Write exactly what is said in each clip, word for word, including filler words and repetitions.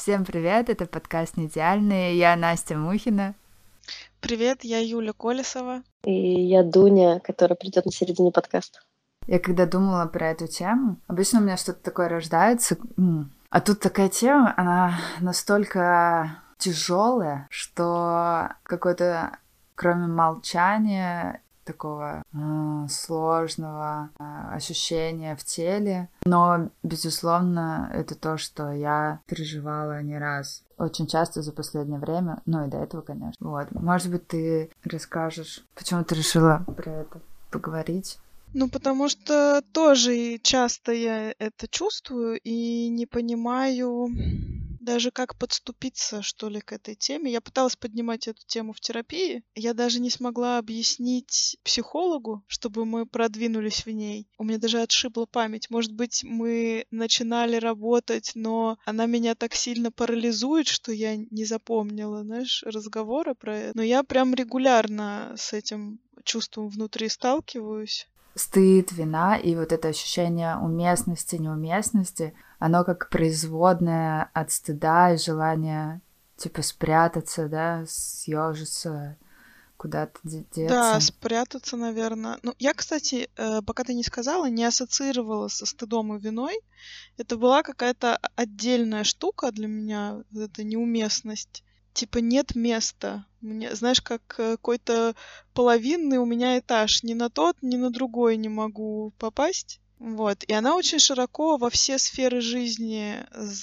Всем привет, это подкаст «Неидеальные», я Настя Мухина. Привет, я Юля Колесова. И я Дуня, которая придет на середине подкаста. Я когда думала про эту тему, обычно у меня что-то такое рождается, а тут такая тема, она настолько тяжелая, что какое-то, кроме молчания, такого э, сложного э, ощущения в теле. Но, безусловно, это то, что я переживала не раз. Очень часто за последнее время, ну и до этого, конечно. Вот. Может быть, ты расскажешь, почему ты решила про это поговорить? Ну, потому что тоже часто я это чувствую и не понимаю даже, как подступиться, что ли, к этой теме. Я пыталась поднимать эту тему в терапии. Я даже не смогла объяснить психологу, чтобы мы продвинулись в ней. У меня даже отшибла память. Может быть, мы начинали работать, но она меня так сильно парализует, что я не запомнила, знаешь, разговора про это. Но я прям регулярно с этим чувством внутри сталкиваюсь. Стыд, вина и вот это ощущение уместности, неуместности, оно как производное от стыда и желания типа спрятаться, да, съежиться, куда-то деться. Да, спрятаться, наверное. Ну, я, кстати, пока ты не сказала, не ассоциировала со стыдом и виной. Это была какая-то отдельная штука для меня, эта неуместность. Типа нет места. Мне, знаешь, как какой-то половинный у меня этаж. Ни на тот, ни на другой не могу попасть. Вот. И она очень широко во все сферы жизни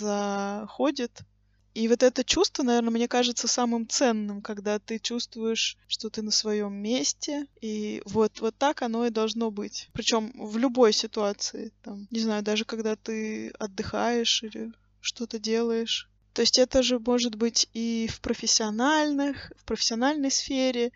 заходит. И вот это чувство, наверное, мне кажется самым ценным, когда ты чувствуешь, что ты на своем месте. И вот, вот так оно и должно быть. Причем в любой ситуации. Там, не знаю, даже когда ты отдыхаешь или что-то делаешь. То есть это же может быть и в профессиональных, в профессиональной сфере,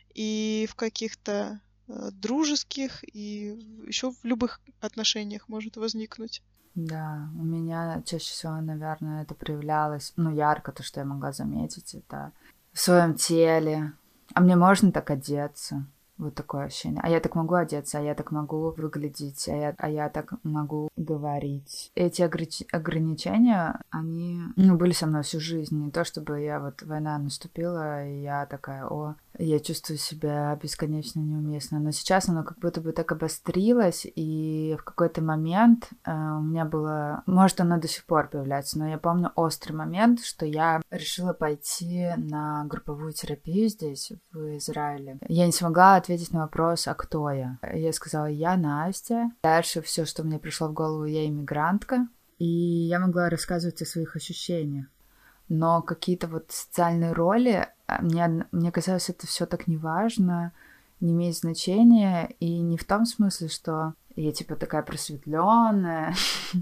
и в каких-то э, дружеских, и еще в любых отношениях может возникнуть. Да, у меня чаще всего, наверное, это проявлялось, ну, ярко, то, что я могла заметить, это в своем теле. А мне можно так одеться? Вот такое ощущение. А я так могу одеться, а я так могу выглядеть, а я, а я так могу говорить. Эти огр- ограничения, они ну, были со мной всю жизнь. Не то, чтобы я вот война наступила, и я такая, о, я чувствую себя бесконечно неуместно. Но сейчас оно как будто бы так обострилось, и в какой-то момент э, у меня было... Может, оно до сих пор появляется, но я помню острый момент, что я решила пойти на групповую терапию здесь, в Израиле. Я не смогла ответить на вопрос, а кто я? Я сказала, я Настя. Дальше все, что мне пришло в голову, я иммигрантка. И я могла рассказывать о своих ощущениях. Но какие-то вот социальные роли, мне, мне казалось, это все так неважно, не имеет значения, и не в том смысле, что я типа такая просветленная,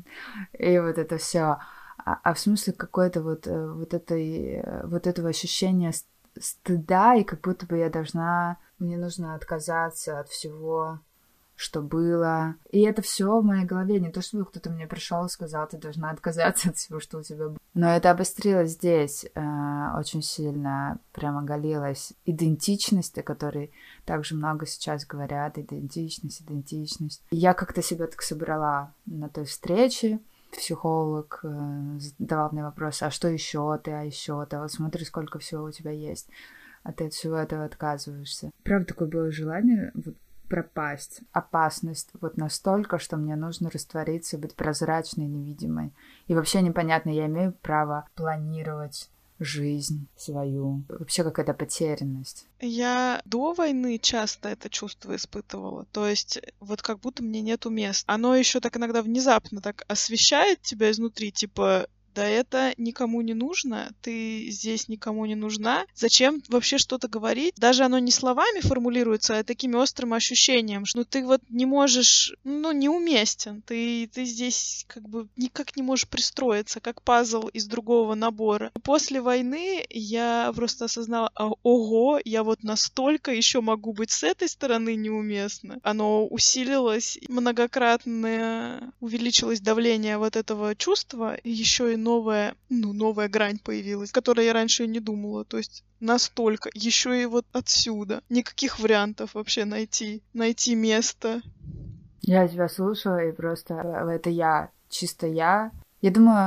и вот это все, а, а в смысле какой-то вот, вот, этой, вот этого ощущения стыда, и как будто бы я должна, мне нужно отказаться от всего, что было. И это все в моей голове. Не то, чтобы кто-то мне пришел и сказал, ты должна отказаться от всего, что у тебя было. Но это обострилось здесь э, очень сильно. Прямо оголилась идентичность, о которой также много сейчас говорят. Идентичность, идентичность. И я как-то себя так собрала на той встрече. Психолог э, задавал мне вопрос, а что еще ты, а еще ты? Вот смотри, сколько всего у тебя есть. А ты от всего этого отказываешься. Правда, такое было желание вот пропасть, опасность вот настолько, что мне нужно раствориться, быть прозрачной, невидимой. И вообще непонятно, я имею право планировать жизнь свою. Вообще какая-то потерянность. Я до войны часто это чувство испытывала. То есть вот как будто мне нету мест. Оно еще так иногда внезапно так освещает тебя изнутри, типа... Да это никому не нужно, ты здесь никому не нужна. Зачем вообще что-то говорить? Даже оно не словами формулируется, а такими острым ощущением, что ну, ты вот не можешь, ну, неуместен. Ты, ты здесь как бы никак не можешь пристроиться, как пазл из другого набора. После войны я просто осознала, ого, я вот настолько еще могу быть с этой стороны неуместно. Оно усилилось, многократно увеличилось давление вот этого чувства, еще и новая, ну, новая грань появилась, о которой я раньше и не думала. То есть настолько. Еще и вот отсюда. Никаких вариантов вообще найти. Найти место. Я тебя слушала, и просто это я, чисто я. Я думаю,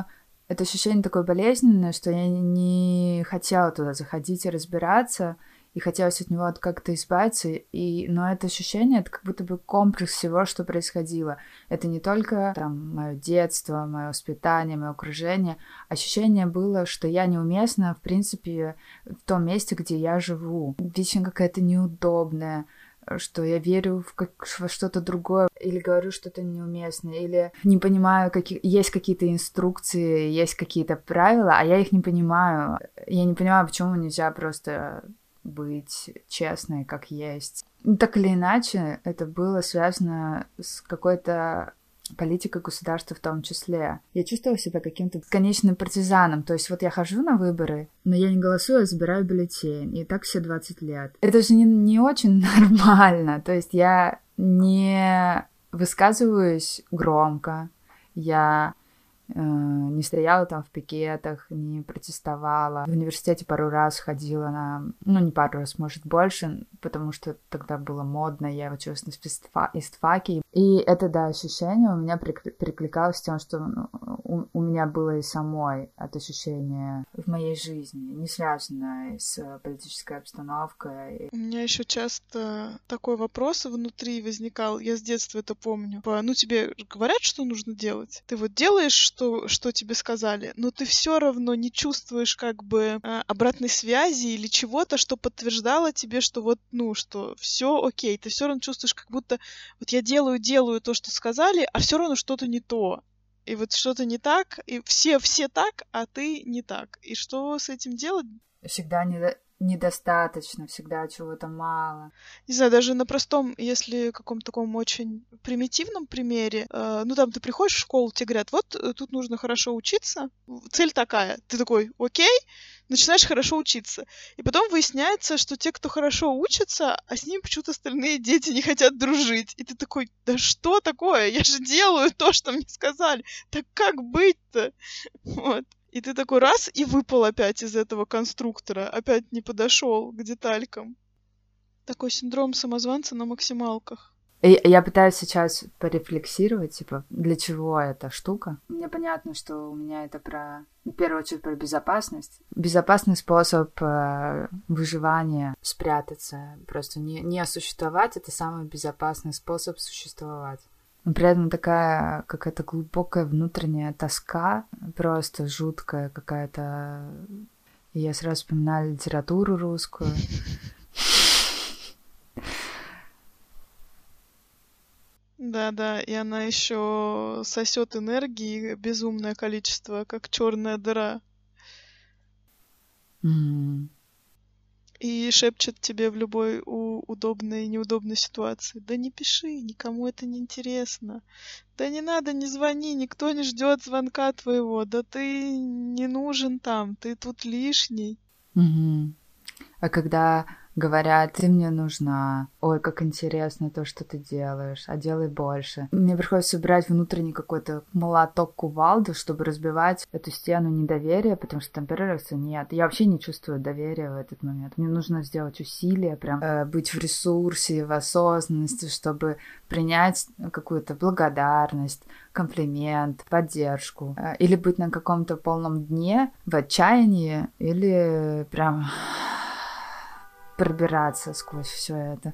Это ощущение такое болезненное, что я не хотела туда заходить и разбираться, и хотелось от него как-то избавиться, и... но это ощущение, это как будто бы комплекс всего, что происходило. Это не только там мое детство, мое воспитание, мое окружение. Ощущение было, что я неуместна, в принципе, в том месте, где я живу. Вечно какая-то неудобная, что я верю в, как, во что-то другое, или говорю что-то неуместное, или не понимаю, какие... есть какие-то инструкции, есть какие-то правила, а я их не понимаю. Я не понимаю, почему нельзя просто быть честной, как есть. Так или иначе, это было связано с какой-то политикой государства в том числе. Я чувствовала себя каким-то конечным партизаном. То есть вот я хожу на выборы, но я не голосую, а забираю бюллетень. И так все двадцать лет. Это же не, не очень нормально. То есть я не высказываюсь громко. Я э, не стояла там в пикетах, не протестовала. В университете пару раз ходила на... Ну, не пару раз, может, больше, потому что тогда было модно. Я училась на истфаке. И это, да, ощущение у меня перекликалось с тем, что ну, у, у меня было и самой от ощущения в моей жизни, не связанное с политической обстановкой. У меня еще часто такой вопрос внутри возникал, я с детства это помню. Ну, тебе говорят, что нужно делать. Ты вот делаешь, что, что тебе сказали, но ты все равно не чувствуешь как бы обратной связи или чего-то, что подтверждало тебе, что вот, ну, что все окей. Ты все равно чувствуешь, как будто вот я делаю, делаю то, что сказали, а все равно что-то не то. И вот что-то не так, и все, все так, а ты не так. И что с этим делать? Всегда недо... недостаточно, всегда чего-то мало. Не знаю, даже на простом, если каком-то таком очень примитивном примере, э, ну там ты приходишь в школу, тебе говорят, вот тут нужно хорошо учиться, цель такая. Ты такой, окей, начинаешь хорошо учиться. И потом выясняется, что те, кто хорошо учатся, а с ними почему-то остальные дети не хотят дружить. И ты такой, да что такое? Я же делаю то, что мне сказали. Так как быть-то? Вот. И ты такой раз и выпал опять из этого конструктора, опять не подошел к деталькам. Такой синдром самозванца на максималках. И я пытаюсь сейчас порефлексировать, типа, для чего эта штука. Мне понятно, что у меня это про, в первую очередь, про безопасность. Безопасный способ э, выживания, спрятаться, просто не, не существовать — это самый безопасный способ существовать. Но при этом такая какая-то глубокая внутренняя тоска, просто жуткая какая-то. И я сразу вспоминаю литературу русскую. Да-да, и она еще сосет энергии безумное количество, как черная дыра. Mm. И шепчет тебе в любой у- удобной и неудобной ситуации. Да не пиши, никому это не интересно. Да не надо, не звони, никто не ждет звонка твоего. Да ты не нужен там, ты тут лишний. Mm-hmm. А когда говорят, ты мне нужна, ой, как интересно то, что ты делаешь, а делай больше. Мне приходится собирать внутренний какой-то молоток кувалду, чтобы разбивать эту стену недоверия, потому что там первой реакции нет. Я вообще не чувствую доверия в этот момент. Мне нужно сделать усилия, прям э, быть в ресурсе, в осознанности, чтобы принять какую-то благодарность, комплимент, поддержку. Э, или быть на каком-то полном дне, в отчаянии, или прям пробираться сквозь все это.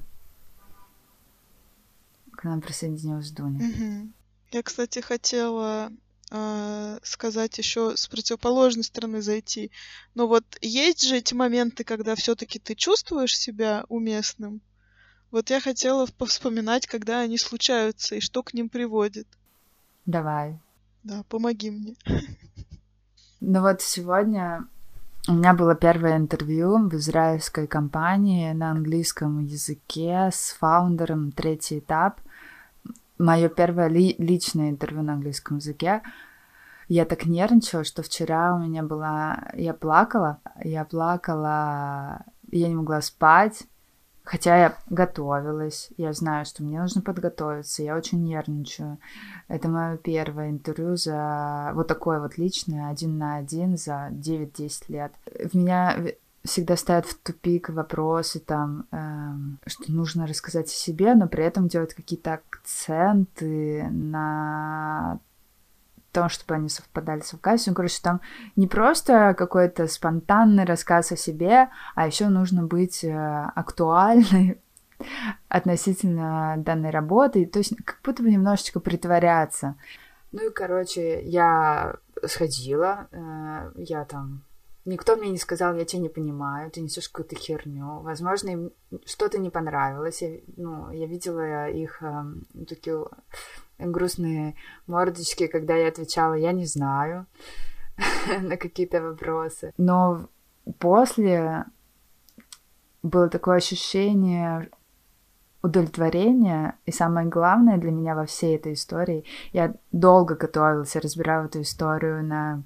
К нам присоединилась Дуня. Угу. Я, кстати, хотела э, сказать еще с противоположной стороны зайти. Но вот есть же эти моменты, когда все-таки ты чувствуешь себя уместным. Вот я хотела повспоминать, когда они случаются и что к ним приводит. Давай. Да, помоги мне. Ну вот сегодня у меня было первое интервью в израильской компании на английском языке с фаундером, третий этап. Мое первое ли- личное интервью на английском языке. Я так нервничала, что вчера у меня была... Я плакала, я плакала, я не могла спать, хотя я готовилась, я знаю, что мне нужно подготовиться, я очень нервничаю. Это мое первое интервью за вот такое вот личное, один на один за девять-десять лет. В меня всегда ставят в тупик вопросы там, эм, что нужно рассказать о себе, но при этом делать какие-то акценты на том, чтобы они совпадали с качеством. Короче, там не просто какой-то спонтанный рассказ о себе, а еще нужно быть актуальной относительно данной работы, то есть как будто бы немножечко притворяться. Ну и, короче, я сходила, я там... Никто мне не сказал, я тебя не понимаю, ты несешь какую-то херню. Возможно, им что-то не понравилось. Я, ну, я видела их э, такие грустные мордочки, когда я отвечала «я не знаю» на какие-то вопросы. Но после было такое ощущение удовлетворения, и самое главное для меня во всей этой истории, я долго готовилась, я разбирала эту историю на...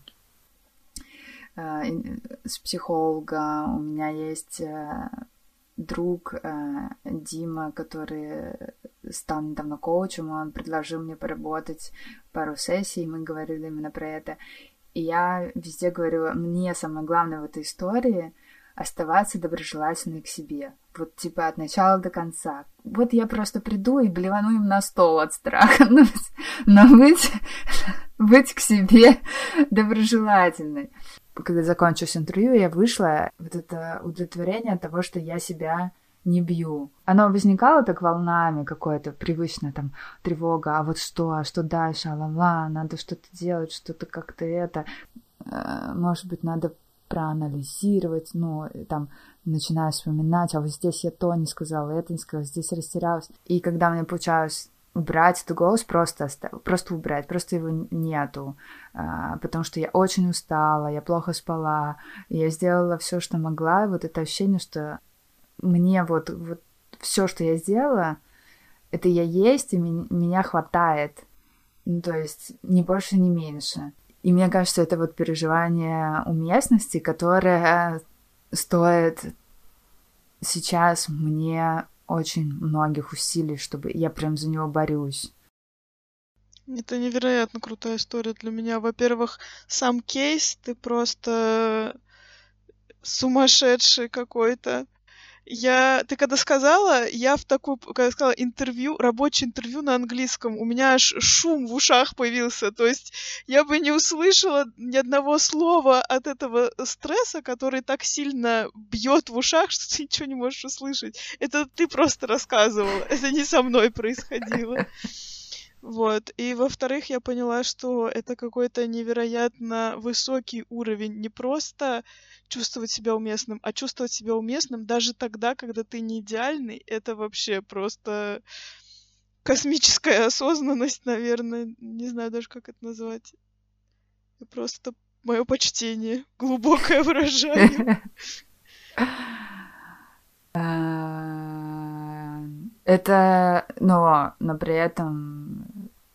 с психолога. У меня есть друг Дима, который стал недавно коучем, он предложил мне поработать пару сессий, мы говорили именно про это. И я везде говорю, мне самое главное в этой истории оставаться доброжелательной к себе. Вот типа от начала до конца. Вот я просто приду и блевану им на стол от страха. Но быть, быть к себе доброжелательной. Когда закончилось интервью, я вышла, вот это удовлетворение от того, что я себя не бью. Оно возникало так волнами, какое-то привычное, там, тревога, а вот что, а что дальше, а-ла-ла, надо что-то делать, что-то как-то это, может быть, надо проанализировать, ну, там, начинаю вспоминать, а вот здесь я то не сказала, это не сказала, здесь растерялась. И когда мне получалось убрать этот голос, просто, просто убрать, просто его нету, а, потому что я очень устала, я плохо спала, я сделала все, что могла, и вот это ощущение, что мне вот, вот все, что я сделала, это я есть, и ми- меня хватает, ну, то есть ни больше, ни меньше. И мне кажется, это вот переживание уместности, которое стоит сейчас мне очень многих усилий, чтобы я прям за него борюсь. Это невероятно крутая история для меня. Во-первых, сам кейс, ты просто сумасшедший какой-то. Я, ты когда сказала, я в такую, когда сказала интервью, рабочее интервью на английском, у меня аж шум в ушах появился, то есть я бы не услышала ни одного слова от этого стресса, который так сильно бьет в ушах, что ты ничего не можешь услышать. Это ты просто рассказывала, это не со мной происходило. Вот. И, во-вторых, я поняла, что это какой-то невероятно высокий уровень. Не просто чувствовать себя уместным, а чувствовать себя уместным даже тогда, когда ты не идеальный. Это вообще просто космическая осознанность, наверное. Не знаю даже, как это назвать. Я просто мое почтение глубокое выражаю. Это, но, но при этом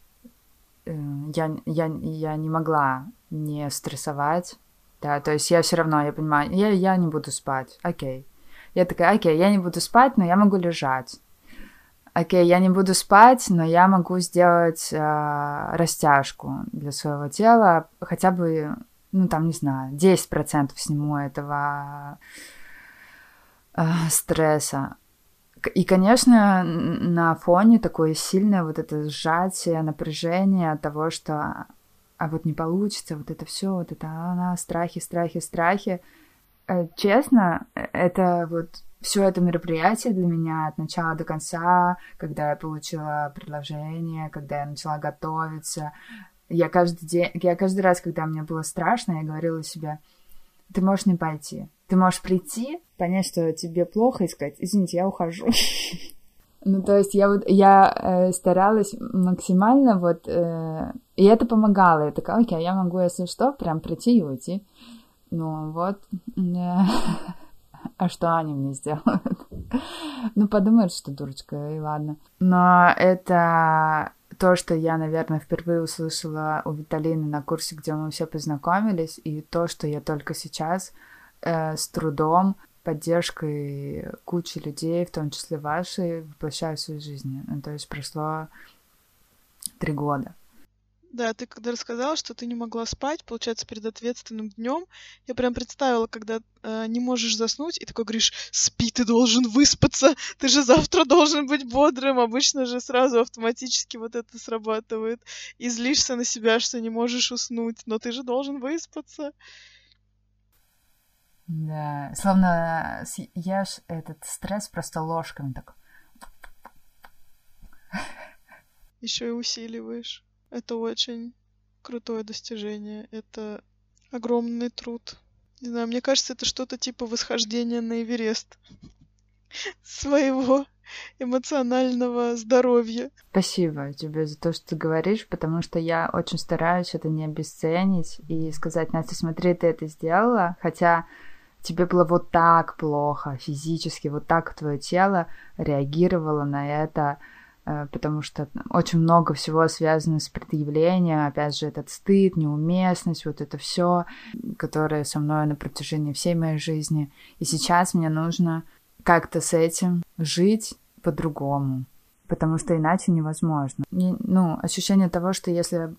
я, я, я не могла не стрессовать, да, то есть я все равно, я понимаю, я, я не буду спать, окей. Я такая, окей, я не буду спать, но я могу лежать. Окей, я не буду спать, но я могу сделать э, растяжку для своего тела, хотя бы, ну, там, не знаю, десять процентов сниму этого э, стресса. И, конечно, на фоне такое сильное вот это сжатие, напряжение от того, что а вот не получится, вот это все, вот это она, страхи, страхи, страхи. Честно, это вот все это мероприятие для меня от начала до конца, когда я получила предложение, когда я начала готовиться, я каждый день, я каждый раз, когда мне было страшно, я говорила себе, ты можешь не пойти. Ты можешь прийти, понять, что тебе плохо, и сказать, извините, я ухожу. Ну, то есть я вот, я э, старалась максимально вот, э, и это помогало. Я такая, окей, я могу, если что, прям прийти и уйти. Ну, вот. Э, а что они мне сделают? Ну, подумают, что дурочка, и ладно. Но это... То, что я, наверное, впервые услышала у Виталины на курсе, где мы все познакомились, и то, что я только сейчас э, с трудом, поддержкой кучи людей, в том числе вашей, воплощаю в своей жизни. Ну, то есть прошло три года. Да, ты когда рассказала, что ты не могла спать, получается, перед ответственным днем, я прям представила, когда э, не можешь заснуть, и такой говоришь: спи, ты должен выспаться, ты же завтра должен быть бодрым. Обычно же сразу автоматически вот это срабатывает. И злишься на себя, что не можешь уснуть, но ты же должен выспаться. Да, словно ешь этот стресс просто ложками так. Еще и усиливаешь. Это очень крутое достижение. Это огромный труд. Не знаю, мне кажется, это что-то типа восхождения на Эверест своего эмоционального здоровья. Спасибо тебе за то, что ты говоришь, потому что я очень стараюсь это не обесценить и сказать: Настя, смотри, ты это сделала, хотя тебе было вот так плохо физически, вот так твое тело реагировало на это, потому что очень много всего связано с предъявлением, опять же, этот стыд, неуместность, вот это все, которое со мной на протяжении всей моей жизни. И сейчас мне нужно как-то с этим жить по-другому, потому что иначе невозможно. И, ну, ощущение того, что если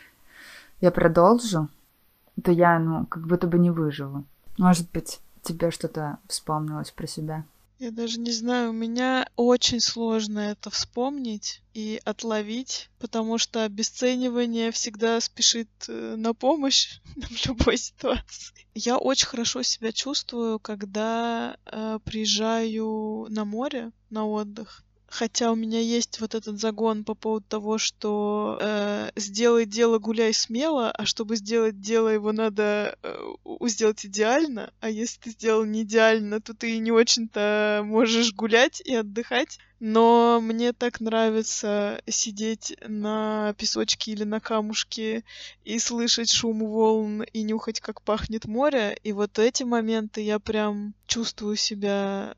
я продолжу, то я, ну, как будто бы не выживу. Может быть, тебе что-то вспомнилось про себя? Я даже не знаю, у меня очень сложно это вспомнить и отловить, потому что обесценивание всегда спешит на помощь в любой ситуации. Я очень хорошо себя чувствую, когда э, приезжаю на море, на отдых. Хотя у меня есть вот этот загон по поводу того, что э, сделай дело, гуляй смело, а чтобы сделать дело, его надо э, сделать идеально, а если ты сделал не идеально, то ты не очень-то можешь гулять и отдыхать. Но мне так нравится сидеть на песочке или на камушке и слышать шум волн и нюхать, как пахнет море. И вот эти моменты я прям чувствую себя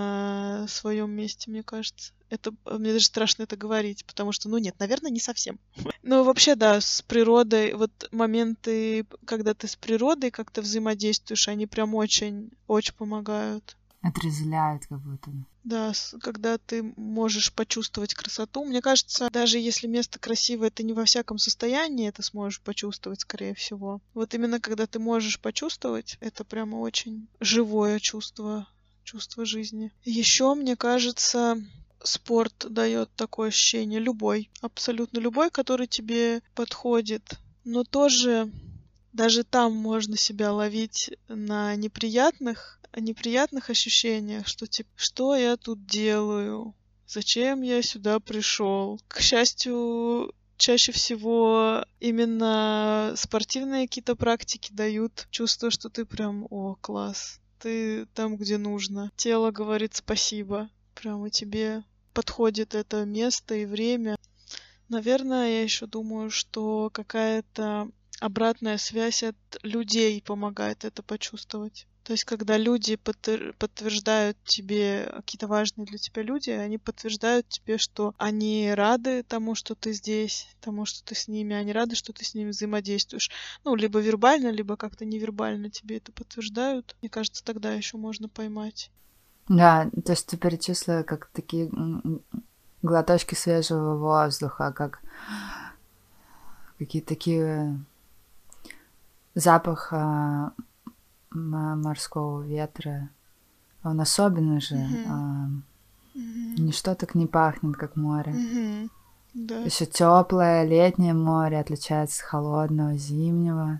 на своем месте, мне кажется. Это мне даже страшно это говорить, потому что, ну нет, наверное, не совсем. Но вообще, да, с природой, вот моменты, когда ты с природой как-то взаимодействуешь, они прям очень, очень помогают. Отрезвляют как будто. Да, когда ты можешь почувствовать красоту. Мне кажется, даже если место красивое, ты не во всяком состоянии это сможешь почувствовать, скорее всего. Вот именно когда ты можешь почувствовать, это прямо очень живое чувство, чувство жизни. Еще, мне кажется, спорт дает такое ощущение, любой, абсолютно любой, который тебе подходит. Но тоже даже там можно себя ловить на неприятных, неприятных ощущениях, что типа, что я тут делаю, зачем я сюда пришел. К счастью, чаще всего именно спортивные какие-то практики дают чувство, что ты прям, о, класс, ты там, где нужно. Тело говорит спасибо, прямо тебе подходит это место и время. Наверное, я еще думаю, что какая-то обратная связь от людей помогает это почувствовать. То есть, когда люди подтверждают тебе, какие-то важные для тебя люди, они подтверждают тебе, что они рады тому, что ты здесь, тому, что ты с ними, они рады, что ты с ними взаимодействуешь. Ну, либо вербально, либо как-то невербально тебе это подтверждают. Мне кажется, тогда еще можно поймать. Да, то есть ты перечислила как такие глоточки свежего воздуха, как какие-то такие запах а, морского ветра. Он особенный же. Mm-hmm. А, mm-hmm. Ничто так не пахнет, как море. Mm-hmm. Да. Еще теплое летнее море отличается от холодного зимнего.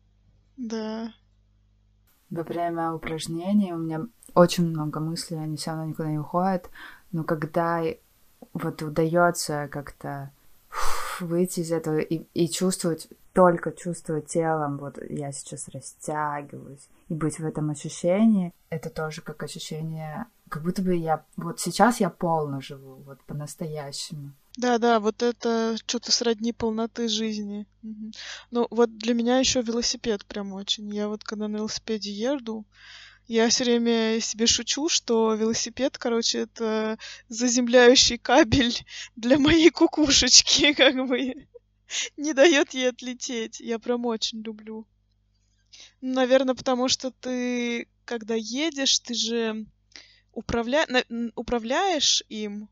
Да. Во время упражнений у меня очень много мыслей, они все равно никуда не уходят. Но когда вот удается как-то выйти из этого и, и чувствовать, только чувствовать телом, вот я сейчас растягиваюсь, и быть в этом ощущении, это тоже как ощущение, как будто бы я, вот сейчас я полно живу, вот по-настоящему. Да-да, вот это что-то сродни полноты жизни. Угу. Ну, вот для меня еще велосипед прям очень. Я вот когда на велосипеде еду, я все время себе шучу, что велосипед, короче, это заземляющий кабель для моей кукушечки, как бы не дает ей отлететь. Я прям очень люблю. Наверное, потому что ты, когда едешь, ты же управля... управляешь им.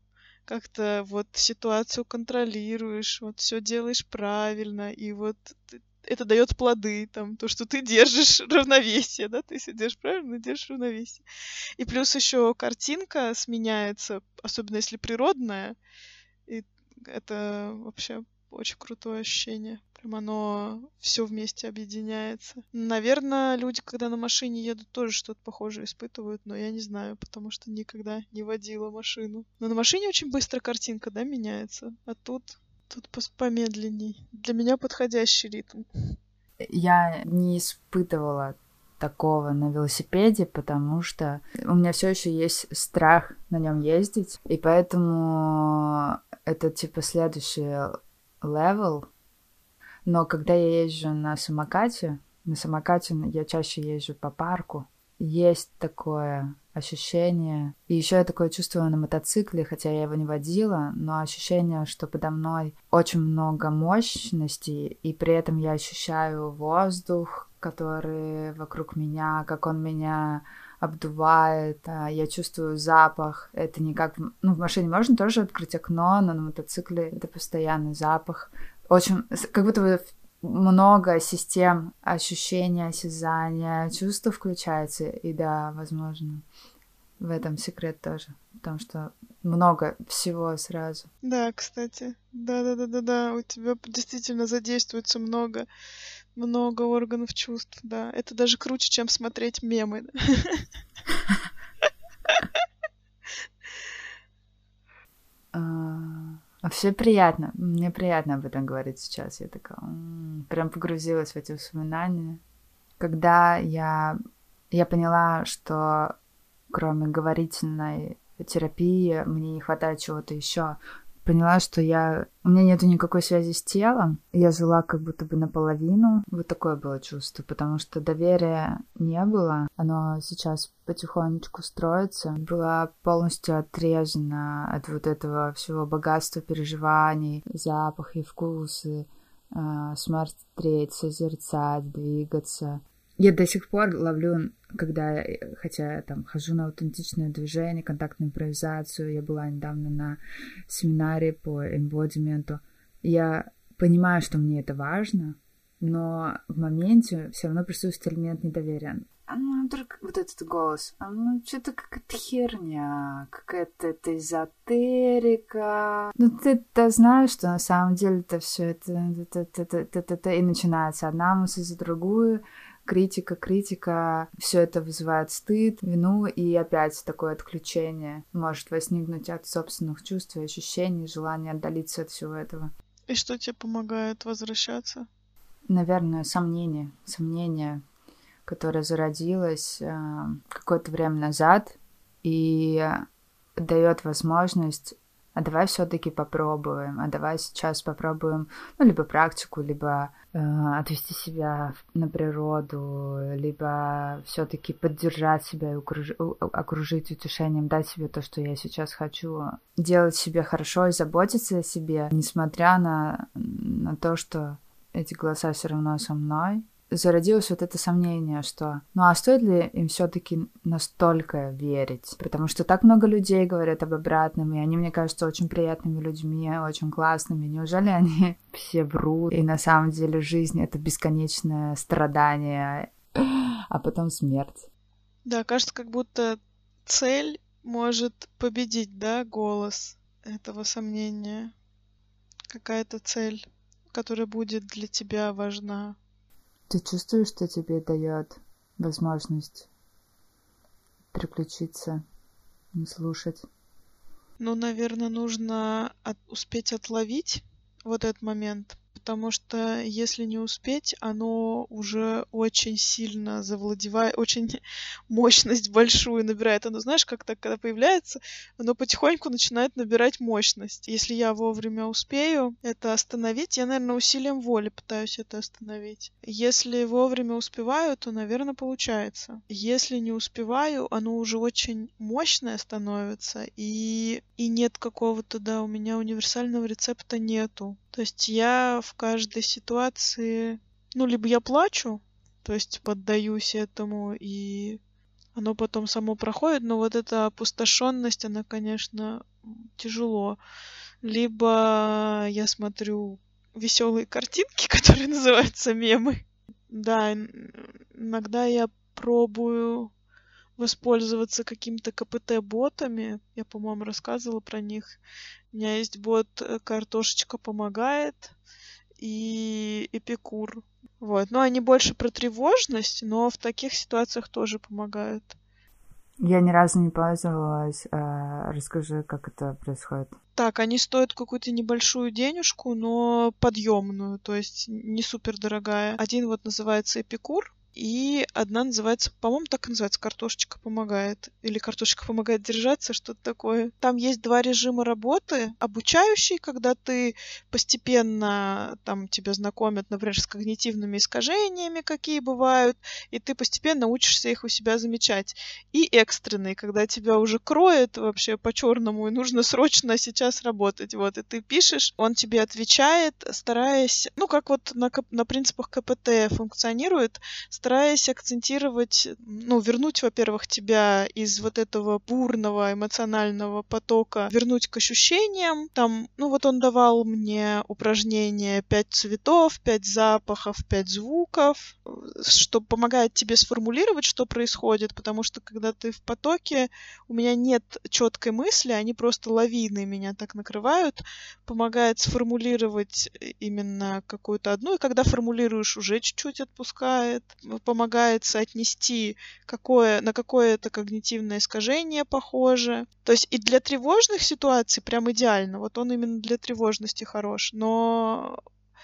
как-то вот ситуацию контролируешь, вот все делаешь правильно, и вот ты- это дает плоды, там, то, что ты держишь равновесие, да, ты сидишь правильно, держишь равновесие. И плюс еще картинка сменяется, особенно если природная, и это вообще очень крутое ощущение. Прям оно все вместе объединяется. Наверное, люди, когда на машине едут, тоже что-то похожее испытывают, но я не знаю, потому что никогда не водила машину. Но на машине очень быстро картинка, да, меняется. А тут, тут пос- помедленней. Для меня подходящий ритм. Я не испытывала такого на велосипеде, потому что у меня все еще есть страх на нем ездить, и поэтому это типа следующий левел. Но когда я езжу на самокате, на самокате я чаще езжу по парку, есть такое ощущение. И еще я такое чувствую на мотоцикле, хотя я его не водила, но ощущение, что подо мной очень много мощности, и при этом я ощущаю воздух, который вокруг меня, как он меня обдувает, а, я чувствую запах. Это не как... в- Ну, в машине можно тоже открыть окно, но на мотоцикле это постоянный запах. Очень... с- Как будто бы много систем ощущения, осязания, чувства включается. И да, возможно, в этом секрет тоже. Потому что много всего сразу. Да, кстати. Да-да-да-да-да. У тебя действительно задействуется много, много органов чувств, да. Это даже круче, чем смотреть мемы. А, Вообще приятно. Мне приятно об этом говорить сейчас. Я такая м, прям погрузилась в эти воспоминания. Когда я, я поняла, что кроме говорительной терапии мне не хватает чего-то еще. Поняла, что я... У меня нету никакой связи с телом. Я жила как будто бы наполовину. Вот такое было чувство, потому что доверия не было. Оно сейчас потихонечку строится. Была полностью отрезана от вот этого всего богатства переживаний, запахи, вкусы, а, смотреть, созерцать, двигаться. Я до сих пор ловлю, когда, хотя я там хожу на аутентичное движение, контактную импровизацию, я была недавно на семинаре по эмбодименту, я понимаю, что мне это важно, но в моменте все равно присутствует элемент недоверия. А ну, вдруг вот этот голос, а ну, что-то какая-то херня, какая-то это эзотерика. Ну, ты-то знаешь, что на самом деле это все это, это, это, это, это, это, и начинается одна мысль за другую, критика, критика, все это вызывает стыд, вину, и опять такое отключение может возникнуть от собственных чувств и ощущений, желания отдалиться от всего этого. И что тебе помогает возвращаться? Наверное, сомнение, сомнение, которое зародилось э, какое-то время назад и дает возможность, а давай все-таки попробуем, а давай сейчас попробуем, ну, либо практику, либо э, отвести себя на природу, либо все-таки поддержать себя и окруж... окружить утешением, дать себе то, что я сейчас хочу, делать себе хорошо и заботиться о себе, несмотря на, на то, что эти голоса все равно со мной. Зародилось вот это сомнение, что ну а стоит ли им все-таки настолько верить? Потому что так много людей говорят об обратном, и они, мне кажется, очень приятными людьми, очень классными. Неужели они все врут? И на самом деле жизнь — это бесконечное страдание, а потом смерть. Да, кажется, как будто цель может победить, да, голос этого сомнения. Какая-то цель, которая будет для тебя важна. Ты чувствуешь, что тебе дает возможность переключиться, не слушать? Ну, наверное, нужно от- успеть отловить вот этот момент, потому что если не успеть, оно уже очень сильно завладевает, очень мощность большую набирает. Оно, знаешь, как так, когда появляется, оно потихоньку начинает набирать мощность. Если я вовремя успею это остановить, я, наверное, усилием воли пытаюсь это остановить. Если вовремя успеваю, то, наверное, получается. Если не успеваю, оно уже очень мощное становится, и, и нет какого-то, да, у меня универсального рецепта нету. То есть я в каждой ситуации, ну, либо я плачу, то есть поддаюсь этому и оно потом само проходит, но вот эта опустошенность, она, конечно, тяжело. Либо я смотрю веселые картинки, которые называются мемы. Да, ин- иногда я пробую воспользоваться какими-то КПТ-ботами. Я, по-моему, рассказывала про них. У меня есть бот э, «Картошечка помогает» и «Эпикур». Вот. Но они больше про тревожность, но в таких ситуациях тоже помогают. Я ни разу не пользовалась. э, Расскажи, как это происходит. Так, они стоят какую-то небольшую денежку, но подъемную, то есть не супер дорогая. Один вот называется «Эпикур», и одна называется, по-моему, так и называется «Картошечка помогает». Или «Картошечка помогает держаться», что-то такое. Там есть два режима работы. Обучающий, когда ты постепенно, там тебя знакомят, например, с когнитивными искажениями, какие бывают, и ты постепенно учишься их у себя замечать. И экстренный, когда тебя уже кроет вообще по-черному, и нужно срочно сейчас работать. Вот, и ты пишешь, он тебе отвечает, стараясь, ну, как вот на, КП на принципах КПТ функционирует, стараясь акцентировать, ну, вернуть, во-первых, тебя из вот этого бурного эмоционального потока, вернуть к ощущениям. Там, ну, вот он давал мне упражнение пять цветов, пять запахов, пять звуков, что помогает тебе сформулировать, что происходит, потому что когда ты в потоке, у меня нет четкой мысли, они просто лавины меня так накрывают, помогает сформулировать именно какую-то одну, и когда формулируешь, уже чуть-чуть отпускает, помогает соотнести, какое, на какое-то когнитивное искажение похоже. То есть и для тревожных ситуаций прям идеально, вот он именно для тревожности хорош, но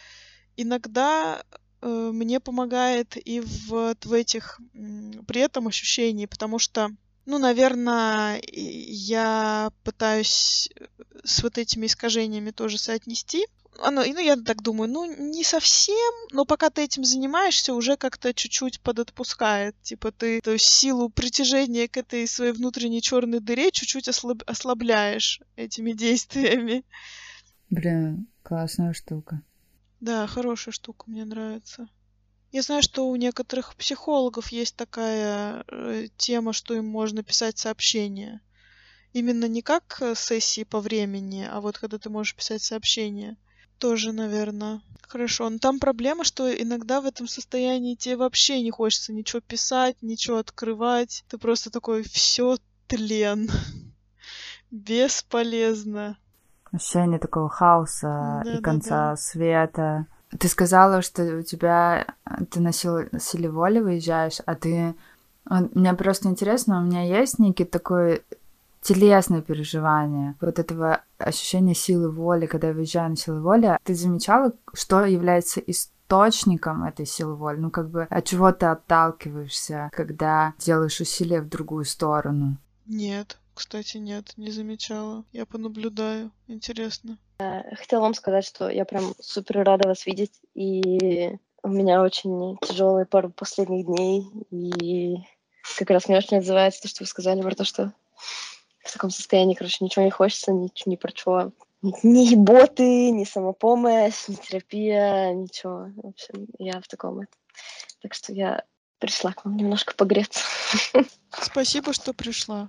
иногда э, мне помогает и в, вот в этих м, при этом ощущении, потому что, ну, наверное, я пытаюсь с вот этими искажениями тоже соотнести. Оно, и, ну, я так думаю, ну, не совсем, но пока ты этим занимаешься, уже как-то чуть-чуть подотпускает. Типа ты, то есть силу притяжения к этой своей внутренней черной дыре чуть-чуть ослаб- ослабляешь этими действиями. Блин, классная штука. Да, хорошая штука, мне нравится. Я знаю, что у некоторых психологов есть такая э, тема, что им можно писать сообщения. Именно не как э, сессии по времени, а вот когда ты можешь писать сообщения. Тоже, наверное, хорошо. Но там проблема, что иногда в этом состоянии тебе вообще не хочется ничего писать, ничего открывать. Ты просто такой, все тлен. Бесполезно. Ощущение такого хаоса и Да-да-да. конца света. Ты сказала, что у тебя э, ты на силу- силе воли выезжаешь, а ты... Вот мне просто интересно, у меня есть некий такой телесное переживание вот этого ощущения силы воли, когда я выезжаю на силу воли. Ты замечала, что является источником этой силы воли? Ну, как бы от чего ты отталкиваешься, когда делаешь усилия в другую сторону? Нет, кстати, нет, не замечала. Я понаблюдаю. Интересно. Хотела вам сказать, что я прям супер рада вас видеть, и у меня очень тяжелые пару последних дней, и как раз мне очень отзывается то, что вы сказали про то, что в таком состоянии, короче, ничего не хочется, ничего ни про что. Ни, ни боты, ни самопомощь, ни терапия, ничего. В общем, я в таком... это. Так что я пришла к вам немножко погреться. Спасибо, что пришла.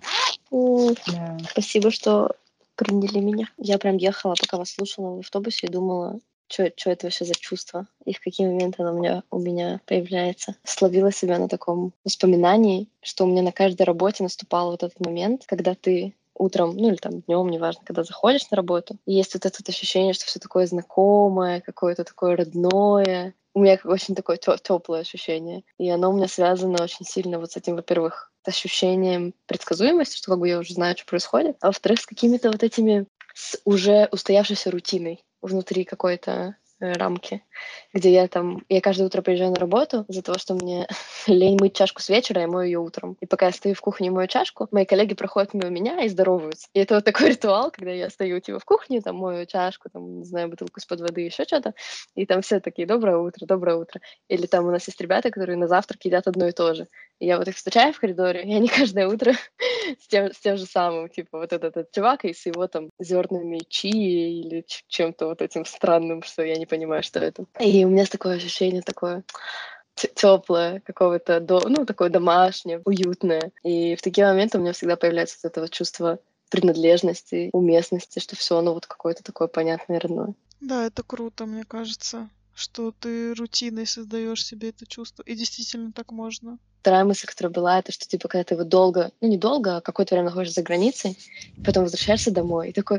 М, Да. Спасибо, что приняли меня. Я прям ехала, пока вас слушала в автобусе, и думала, что это вообще за чувство, и в какие моменты оно у меня, у меня появляется. Словила себя на таком воспоминании, что у меня на каждой работе наступал вот этот момент, когда ты утром, ну или там днем, неважно, когда заходишь на работу, и есть вот это вот ощущение, что все такое знакомое, какое-то такое родное. У меня как очень такое теплое ощущение. И оно у меня связано очень сильно вот с этим, во-первых, с ощущением предсказуемости, что как бы я уже знаю, что происходит, а во-вторых, с какими-то вот этими, с уже устоявшейся рутиной внутри какой-то э, рамки, где я там... Я каждое утро приезжаю на работу из-за того, что мне лень мыть чашку с вечера, я мою ее утром. И пока я стою в кухне и мою чашку, мои коллеги проходят мимо меня и здороваются. И это вот такой ритуал, когда я стою типа в кухне, там мою чашку, там, не знаю, бутылку из-под воды, еще что-то, и там все такие «доброе утро, доброе утро». Или там у нас есть ребята, которые на завтрак едят одно и то же. И я вот их встречаю в коридоре, и они каждое утро с тем, с тем же самым, типа вот этот, этот чувак и с его там зернами чии или ч- чем-то вот этим странным, что я не понимаю, что это. И у меня такое ощущение такое, теплое, какого-то, до, ну, такое домашнее, уютное. И в такие моменты у меня всегда появляется вот это вот чувство принадлежности, уместности, что все оно вот какое-то такое понятное и родное. Да, это круто, мне кажется, что ты рутиной создаешь себе это чувство. И действительно так можно. Вторая мысль, которая была, это что, типа, когда ты вот долго, ну, не долго, а какое-то время находишься за границей, потом возвращаешься домой, и такой,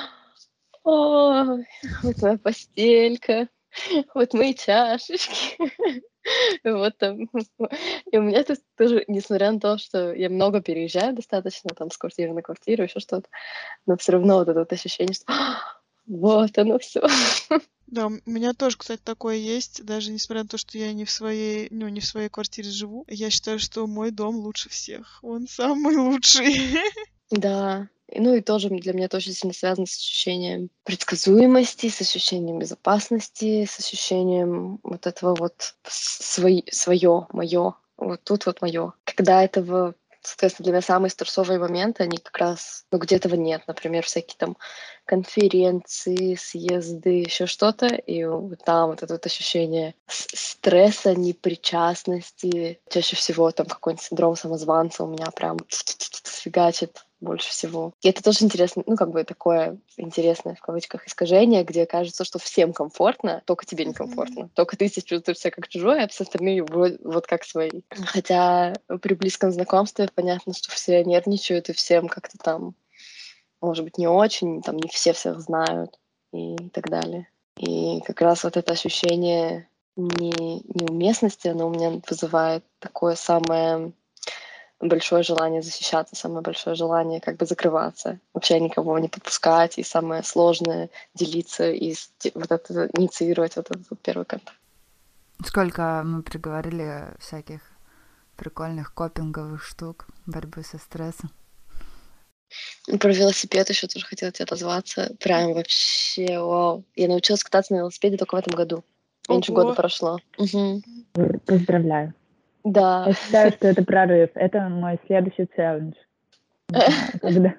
ой, вот моя постелька, вот мои чашечки. Вот там. И у меня тут тоже, несмотря на то, что я много переезжаю достаточно, там, с квартиры на квартиру, еще что-то, но все равно вот это вот ощущение, что вот оно все. Да, у меня тоже, кстати, такое есть, даже несмотря на то, что я не в своей, ну, не в своей квартире живу. Я считаю, что мой дом лучше всех. Он самый лучший. Да. И, ну и тоже для меня это очень сильно связано с ощущением предсказуемости, с ощущением безопасности, с ощущением вот этого вот свой, свое, мое. Вот тут вот мое. Когда этого, соответственно, для меня самые стрессовые моменты, они как раз, ну, где этого нет. Например, всякие там конференции, съезды, еще что-то. И вот там вот это вот ощущение стресса, непричастности. Чаще всего там какой-нибудь синдром самозванца у меня прям фигачит больше всего. И это тоже интересно, ну, как бы такое интересное, в кавычках, искажение, где кажется, что всем комфортно, только тебе некомфортно. Только ты здесь чувствуешь себя как чужой, а все остальные вроде вот как свои. Хотя при близком знакомстве понятно, что все нервничают, и всем как-то там, может быть, не очень, там не все всех знают и так далее. И как раз вот это ощущение не, неуместности, оно у меня вызывает такое самое большое желание защищаться, самое большое желание как бы закрываться, вообще никого не подпускать, и самое сложное делиться и вот это инициировать вот этот вот первый контакт. Сколько мы приговорили всяких прикольных копинговых штук, борьбы со стрессом. Про велосипед еще тоже хотела тебе отозваться. Прям вообще, вау. Я научилась кататься на велосипеде только в этом году. Меньше Ого. года прошло. Угу. Поздравляю. Да. Я считаю, что это прорыв. Это мой следующий челлендж. Не знаю, когда.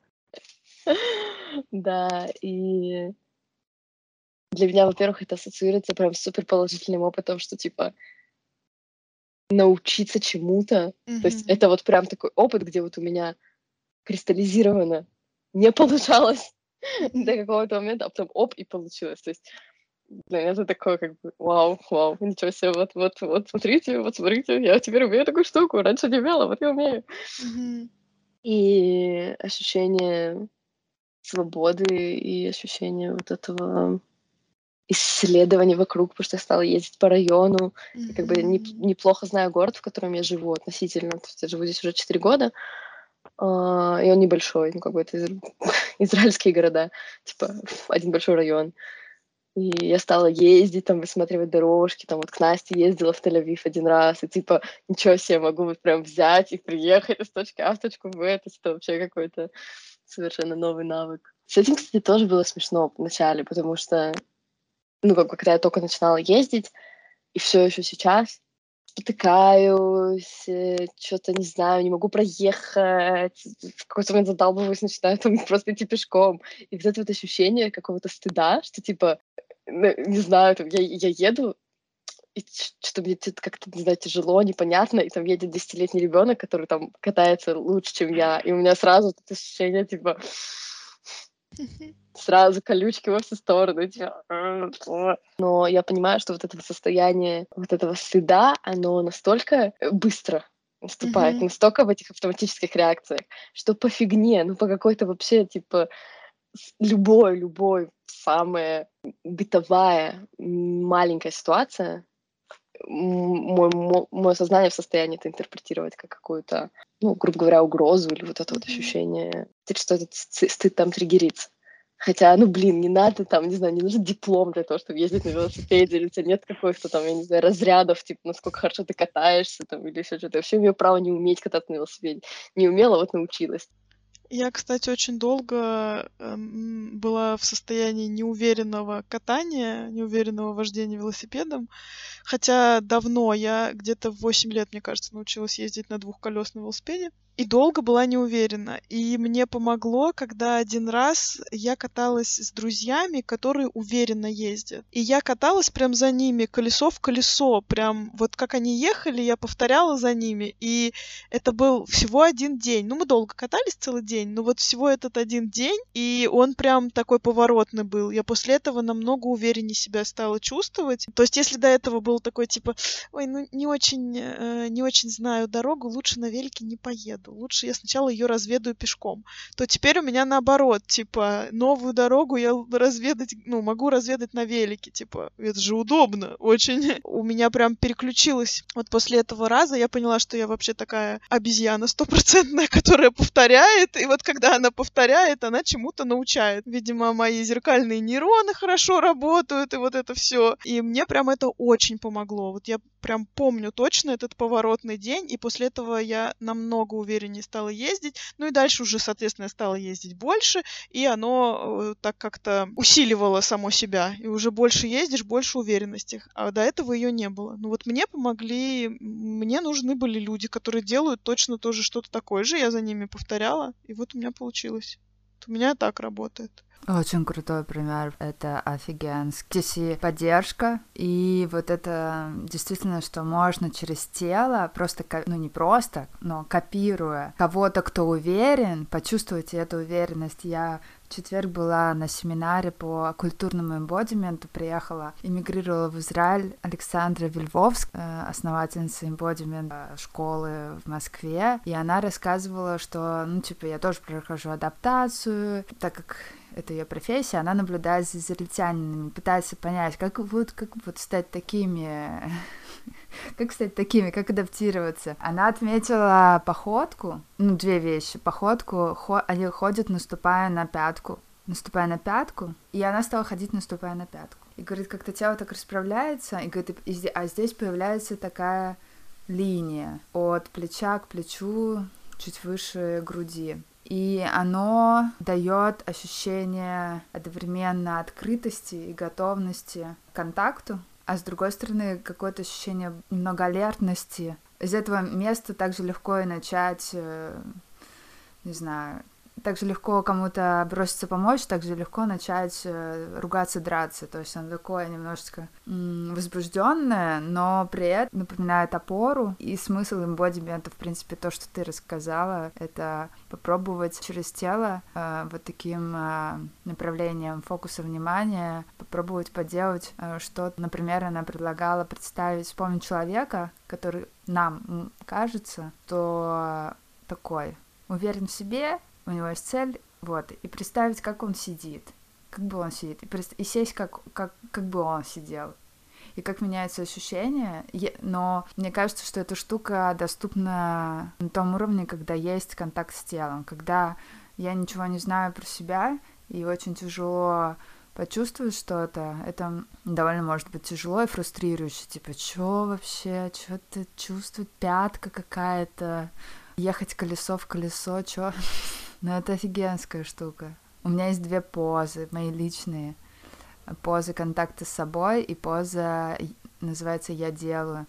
Да, и для меня, во-первых, это ассоциируется прям с супер положительным опытом, что типа научиться чему-то. То есть это вот прям такой опыт, где вот у меня кристаллизировано не получалось до какого-то момента, а потом оп, и получилось. То есть для меня это такое как бы вау, вау, ничего себе, вот, вот, вот, смотрите, вот смотрите, я теперь умею такую штуку, раньше не умела, вот я умею. И ощущение свободы и ощущение вот этого исследования вокруг, потому что я стала ездить по району, и как бы не, неплохо знаю город, в котором я живу относительно. То есть я живу здесь уже четыре года, Uh, и он небольшой, ну, как бы это из... израильские города, типа один большой район. И я стала ездить, там, высматривать дорожки, там, вот к Насте ездила в Тель-Авив один раз, и, типа, ничего себе, могу вот прям взять и приехать из точки А в точку Б, это, это вообще какой-то совершенно новый навык. С этим, кстати, тоже было смешно вначале, потому что, ну, как бы, когда я только начинала ездить, и все еще сейчас, спотыкаюсь, что-то, не знаю, не могу проехать, в какой-то момент задалбываюсь, начинаю там просто идти пешком. И вот это вот ощущение какого-то стыда, что, типа, не знаю, там, я, я еду, и что-то мне как-то, не знаю, тяжело, непонятно, и там едет десятилетний ребенок, который там катается лучше, чем я, и у меня сразу это ощущение, типа, сразу колючки во все стороны. Типа. Но я понимаю, что вот это состояние вот этого стыда, оно настолько быстро наступает, mm-hmm. настолько в этих автоматических реакциях, что по фигне, ну по какой-то вообще, типа, любой, любой, самая бытовая маленькая ситуация, мой, мой, мое сознание в состоянии это интерпретировать как какую-то, ну, грубо говоря, угрозу или вот это mm-hmm. вот ощущение, что этот стыд там триггерится. Хотя, ну, блин, не надо там, не знаю, не нужен диплом для того, чтобы ездить на велосипеде, или у тебя нет каких-то там, я не знаю, разрядов, типа, насколько хорошо ты катаешься, там, или еще что-то. Я вообще имею право не уметь кататься на велосипеде. Не умела, вот научилась. Я, кстати, очень долго эм, была в состоянии неуверенного катания, неуверенного вождения велосипедом. Хотя давно я где-то в восемь лет, мне кажется, научилась ездить на двухколесном велосипеде. И долго была не уверена. И мне помогло, когда один раз я каталась с друзьями, которые уверенно ездят. И я каталась прям за ними, колесо в колесо. Прям вот как они ехали, я повторяла за ними. И это был всего один день. Ну, мы долго катались целый день, но вот всего этот один день, и он прям такой поворотный был. Я после этого намного увереннее себя стала чувствовать. То есть, если до этого был такой, типа, ой, ну, не очень, э, не очень знаю дорогу, лучше на велике не поеду. Лучше я сначала ее разведаю пешком. То теперь у меня наоборот, типа, новую дорогу я разведать, ну, могу разведать на велике, типа, это же удобно очень. У меня прям переключилось. Вот после этого раза я поняла, что я вообще такая обезьяна стопроцентная, которая повторяет, и вот когда она повторяет, она чему-то научает. Видимо, мои зеркальные нейроны хорошо работают, и вот это все. И мне прям это очень помогло. Вот я прям помню точно этот поворотный день, и после этого я намного увереннее стала ездить. Ну и дальше уже, соответственно, я стала ездить больше, и оно э, так как-то усиливало само себя. И уже больше ездишь, больше уверенности. А до этого ее не было. Ну вот мне помогли, мне нужны были люди, которые делают точно тоже что-то такое же. Я за ними повторяла, и вот у меня получилось. Вот у меня так работает. Очень крутой пример, это офигенно. Здесь и поддержка, и вот это действительно, что можно через тело, просто, ну не просто, но копируя кого-то, кто уверен, почувствовать эту уверенность. Я в четверг была на семинаре по культурному эмбодименту, приехала, эмигрировала в Израиль Александра Вильвовск, основательница эмбодимента школы в Москве, и она рассказывала, что, ну типа, я тоже прохожу адаптацию, так как это ее профессия, она наблюдает за израильтянинами, пытается понять, как вот, как вот стать такими, как стать такими, как адаптироваться. Она отметила походку, ну, две вещи. Походку, хо- они ходят, наступая на пятку, наступая на пятку, и она стала ходить, наступая на пятку. И говорит, как-то тело так расправляется, и говорит, и, и, а здесь появляется такая линия от плеча к плечу, чуть выше груди. И оно дает ощущение одновременно открытости и готовности к контакту, а с другой стороны какое-то ощущение немного алертности. Из этого места также легко и начать, не знаю, так же легко кому-то броситься помочь, так же легко начать э, ругаться, драться. То есть оно такое немножечко м- возбужденное, но при этом напоминает опору. И смысл эмбодимента, в принципе, то, что ты рассказала, это попробовать через тело э, вот таким э, направлением фокуса внимания, попробовать поделать э, что-то. Например, она предлагала представить, вспомнить человека, который нам кажется, что такой уверен в себе, у него есть цель, вот, и представить, как он сидит, как бы он сидит, и, пред... и сесть, как, как, как бы он сидел, и как меняются ощущения, но мне кажется, что эта штука доступна на том уровне, когда есть контакт с телом, когда я ничего не знаю про себя, и очень тяжело почувствовать что-то, это довольно может быть тяжело и фрустрирующе, типа, чё вообще, чё-то чувствовать, пятка какая-то, ехать колесо в колесо, чё? Ну, это офигенская штука. У меня есть две позы, мои личные. Поза контакта с собой и поза, называется «Я делаю».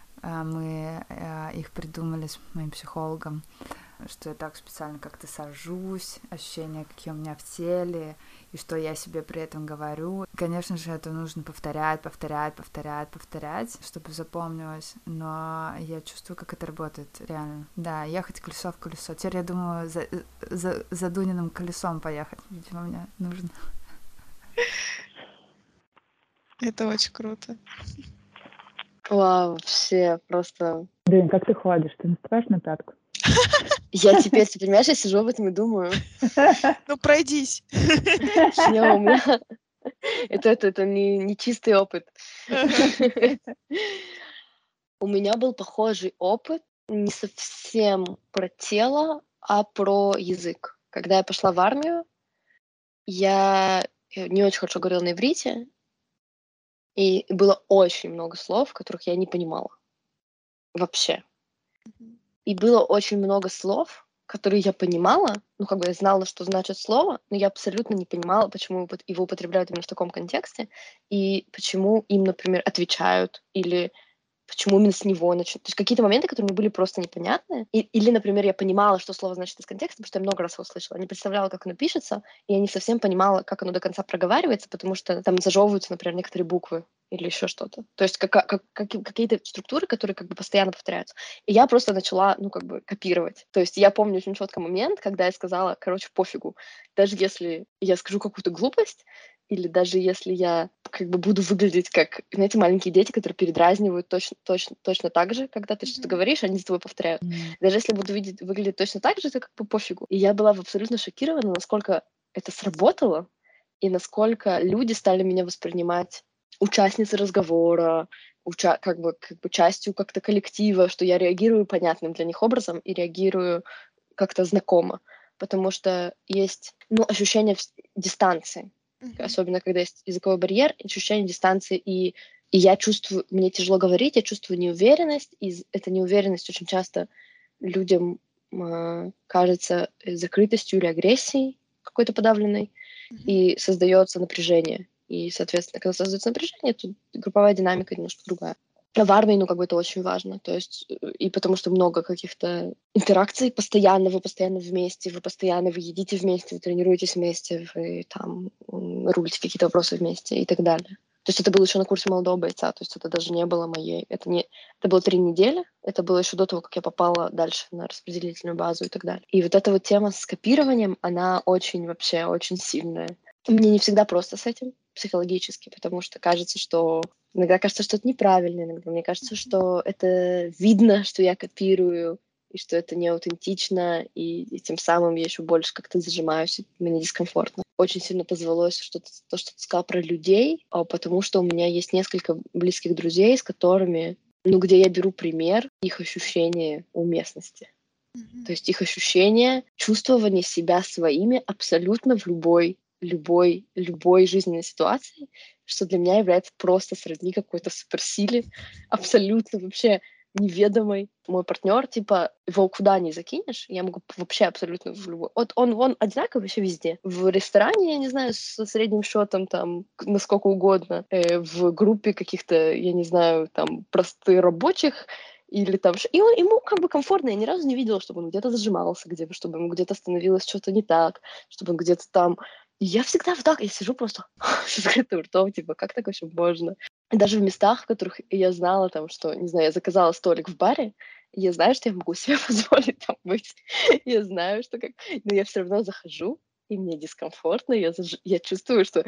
Мы их придумали с моим психологом, что я так специально как-то сажусь, ощущения, какие у меня в теле, и что я себе при этом говорю. Конечно же, это нужно повторять, повторять, повторять, повторять, чтобы запомнилось, но я чувствую, как это работает реально. Да, ехать колесо в колесо. Теперь я думаю, за, за, за Дуниным колесом поехать, видимо, мне нужно. Это очень круто. Вау, все просто... Дунь, как ты ходишь? Ты наступаешь на пятку? Я теперь, ты понимаешь, я сижу об этом и думаю. Ну, пройдись. Не, у меня... Это, это, это не, не чистый опыт. У меня был похожий опыт, не совсем про тело, а про язык. Когда я пошла в армию, я не очень хорошо говорила на иврите, и было очень много слов, которых я не понимала. Вообще. И было очень много слов, которые я понимала, ну, как бы я знала, что значит слово, но я абсолютно не понимала, почему упот- его употребляют именно в таком контексте, и почему им, например, отвечают, или почему именно с него начинают. То есть какие-то моменты, которые мне были просто непонятны. И- или, например, я понимала, что слово значит из контекста, потому что я много раз его слышала. Не представляла, как оно пишется, и я не совсем понимала, как оно до конца проговаривается, потому что там зажевываются, например, некоторые буквы или еще что-то. То есть как- как- какие- какие-то структуры, которые как бы постоянно повторяются. И я просто начала, ну, как бы копировать. То есть я помню очень четко момент, когда я сказала, короче, пофигу. Даже если я скажу какую-то глупость, или даже если я как бы буду выглядеть как, знаете, маленькие дети, которые передразнивают точно, точно, точно так же, когда ты что-то Мгм. говоришь, они за тобой повторяют. М. Даже если я буду видеть, выглядеть точно так же, это как бы пофигу. И я была абсолютно шокирована, насколько это сработало, и насколько люди стали меня воспринимать участницей разговора, уча- как бы, как бы частью как-то коллектива, что я реагирую понятным для них образом и реагирую как-то знакомо. Потому что есть, ну, ощущение вс- дистанции. Мгм. Особенно когда есть языковой барьер, ощущение дистанции, и, и я чувствую, мне тяжело говорить, я чувствую неуверенность, и з- эта неуверенность очень часто людям а, кажется э, закрытостью или агрессией какой-то подавленной, Мгм. и создается напряжение. И, соответственно, когда создается напряжение, то групповая динамика немножко другая. А в армии, ну, как бы это очень важно. То есть, э, и потому что много каких-то интеракций постоянно, вы постоянно вместе, вы постоянно, вы едите вместе, вы тренируетесь вместе, вы там м, рулите какие-то вопросы вместе и так далее. То есть это было еще на курсе молодого бойца, то есть это даже не было моей, это не, это было три недели, это было еще до того, как я попала дальше на распределительную базу и так далее. И вот эта вот тема с копированием, она очень вообще, очень сильная. Мне не всегда просто с этим психологически, потому что кажется, что иногда кажется, что это неправильно, иногда мне кажется, что это видно, что я копирую, и что это не аутентично, и, и тем самым я еще больше как-то зажимаюсь, и мне дискомфортно. Очень сильно позвалось что-то, то, что ты сказала про людей, а, потому что у меня есть несколько близких друзей, с которыми, ну, где я беру пример их ощущения уместности. Мгм. То есть их ощущение, чувствование себя своими абсолютно в любой, любой, любой жизненной ситуации, что для меня является просто сродни какой-то суперсиле, абсолютно вообще неведомой. Мой партнер, типа, его куда ни закинешь, я могу вообще абсолютно в любой... Вот он, он одинаковый вообще везде. В ресторане, я не знаю, со средним счетом там на сколько угодно, э, в группе каких-то, я не знаю, там простых рабочих, или там... ш- И он, ему как бы комфортно. Я ни разу не видела, чтобы он где-то зажимался, где, чтобы ему где-то становилось что-то не так, чтобы он где-то там... И я всегда вот так, я сижу просто с открытым ртом, типа, как так вообще можно? И даже в местах, в которых я знала там, что, не знаю, я заказала столик в баре, и я знаю, что я могу себе позволить там быть. Я знаю, что как... Но я все равно захожу, и мне дискомфортно, я, заж... я чувствую, что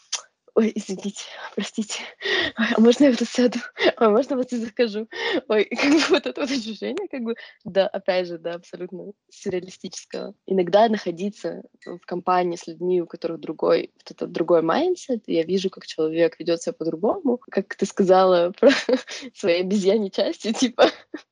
ой, извините, простите, ой, а можно я вот тут сяду? Ой, можно вот здесь закажу? Ой, как бы вот это вот ощущение, как бы, да, опять же, да, абсолютно сюрреалистического. Иногда находиться в компании с людьми, у которых другой, вот этот другой майндсет, и я вижу, как человек ведет себя по-другому, как ты сказала про своей обезьяньей части, типа,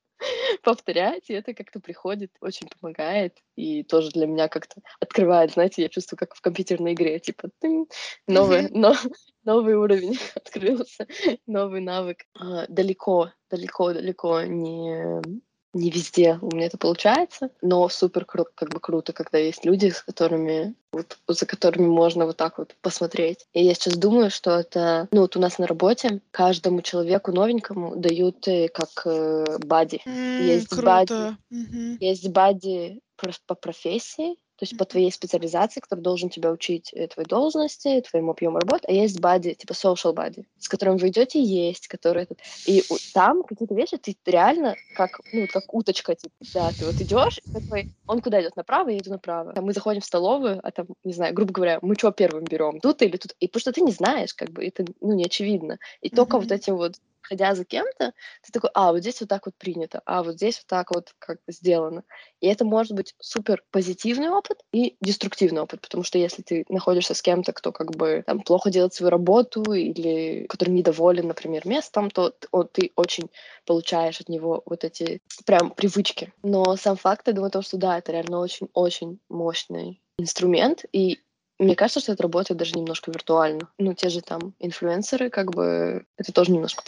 повторять, и это как-то приходит, очень помогает, и тоже для меня как-то открывает, знаете, я чувствую, как в компьютерной игре, типа, тынь, новый, Мгм. но, новый уровень открылся, новый навык. А, далеко, далеко, далеко не, не везде у меня это получается, но супер кру- как бы круто, когда есть люди, с которыми вот, за которыми можно вот так вот посмотреть. И я сейчас думаю, что это, ну вот у нас на работе каждому человеку новенькому дают э, как э, бади. М, Есть бади, Круто. Мгм. есть бади прос- по профессии, то есть по Мгм. твоей специализации, который должен тебя учить э, твоей должности, твоему объему работы, а есть бади, типа social body, с которым вы идете есть, который этот... И у- там какие-то вещи ты реально как, ну, вот как уточка, типа, да, ты вот идешь, и такой, он куда идет, направо, я иду направо. Там мы заходим в столовую, а там, не знаю, грубо говоря, мы что первым берем, тут или тут, и потому что ты не знаешь, как бы, это, ну, не очевидно. И только вот Мгм. этим вот, ходя за кем-то, ты такой, а, вот здесь вот так вот принято, а, вот здесь вот так вот как бы сделано. И это может быть супер позитивный опыт и деструктивный опыт, потому что если ты находишься с кем-то, кто как бы там плохо делает свою работу или который недоволен, например, местом, то т- о, ты очень получаешь от него вот эти прям привычки. Но сам факт, я думаю, то, что да, это реально очень-очень мощный инструмент, и мне кажется, что это работает даже немножко виртуально. Ну, те же там инфлюенсеры, как бы, это тоже немножко про это.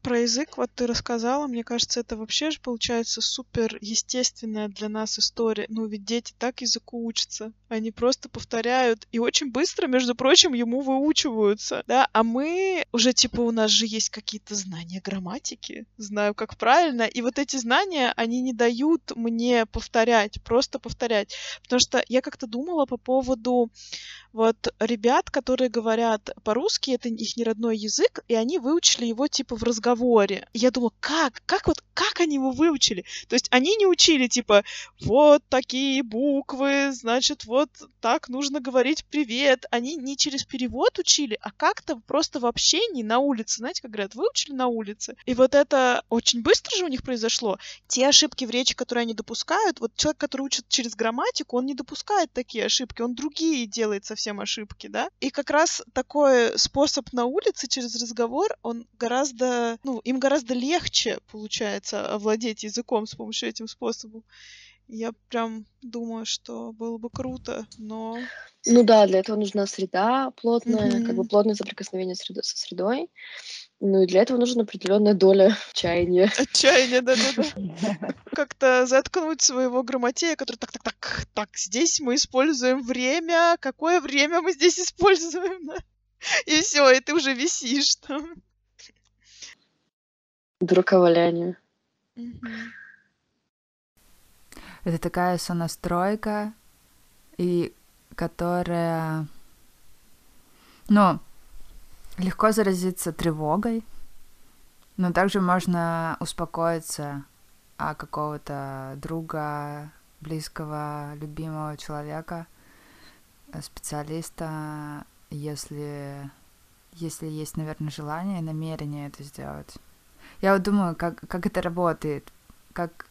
Про язык вот ты рассказала, мне кажется, это вообще же получается супер естественная для нас история. Ну ведь дети так языку учатся. Они просто повторяют и очень быстро, между прочим, ему выучиваются, да, а мы уже, типа, у нас же есть какие-то знания грамматики, знаю, как правильно, и вот эти знания, они не дают мне повторять, просто повторять, потому что я как-то думала по поводу вот ребят, которые говорят по-русски, это их не родной язык, и они выучили его типа в разговоре. И я думала, как? Как вот, как они его выучили? То есть они не учили типа вот такие буквы, значит, вот так нужно говорить привет. Они не через перевод учили, а как-то просто в общении на улице, знаете, как говорят, выучили на улице. И вот это очень быстро же у них произошло. Те ошибки в речи, которые они допускают, вот человек, который учит через грамматику, он не допускает такие ошибки, он другие делает совсем ошибки, да? И как раз такой способ на улице через разговор, он гораздо, ну, им гораздо легче, получается, овладеть языком с помощью этим способом. Я прям думаю, что было бы круто, но... Ну да, для этого нужна среда плотная, как бы Мгм. плотное соприкосновение среды со средой. Ну и для этого нужна определенная доля чаяния. Отчаяние, да-да-да. Как-то заткнуть своего грамотея, который так-так-так, так, здесь мы используем время, какое время мы здесь используем, да? И все, и ты уже висишь там. Дураковаляние. Мгм. Это такая сонастройка, и которая, ну, легко заразиться тревогой, но также можно успокоиться о какого-то друга, близкого, любимого человека, специалиста, если, если есть, наверное, желание и намерение это сделать. Я вот думаю, как, как это работает, как,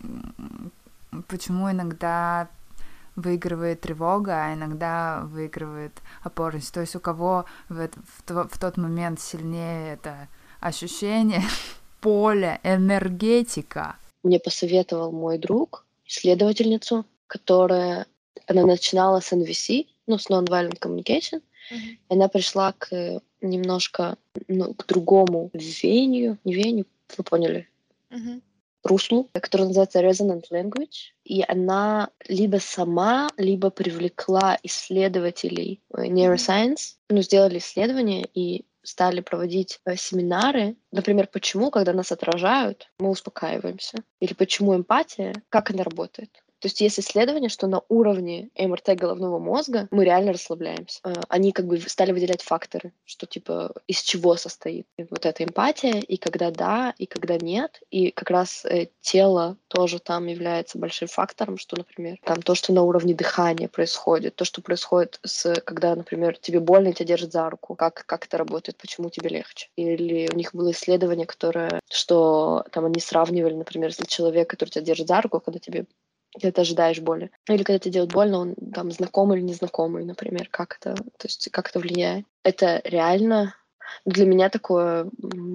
почему иногда выигрывает тревога, а иногда выигрывает опорность. То есть у кого в, в, в тот момент сильнее это ощущение поля, энергетика. Мне посоветовал мой друг, исследовательницу, которая, она начинала с эн ви си, ну, с Non-Violent Communication, Мгм. и она пришла к немножко, ну, к другому веянию, не веянию, вы поняли, Мгм. руслу, которое называется Resonant Language. И она либо сама, либо привлекла исследователей э, Neuroscience, ну, сделали исследования и стали проводить э, семинары. Например, почему, когда нас отражают, мы успокаиваемся? Или почему эмпатия, как она работает? То есть есть исследование, что на уровне эм эр тэ головного мозга мы реально расслабляемся. Э, Они как бы стали выделять факторы, что типа из чего состоит вот эта эмпатия, и когда да, и когда нет. И как раз э, тело тоже там является большим фактором, что, например, там то, что на уровне дыхания происходит, то, что происходит с, когда, например, тебе больно, и тебя держат за руку, как, как это работает, почему тебе легче. Или у них было исследование, которое, что там они сравнивали, например, если человек, который тебя держит за руку, когда тебе когда ты ожидаешь боли. Или когда тебе делают больно, он там знакомый или незнакомый, например, как это, то есть как это влияет. Это реально для меня такое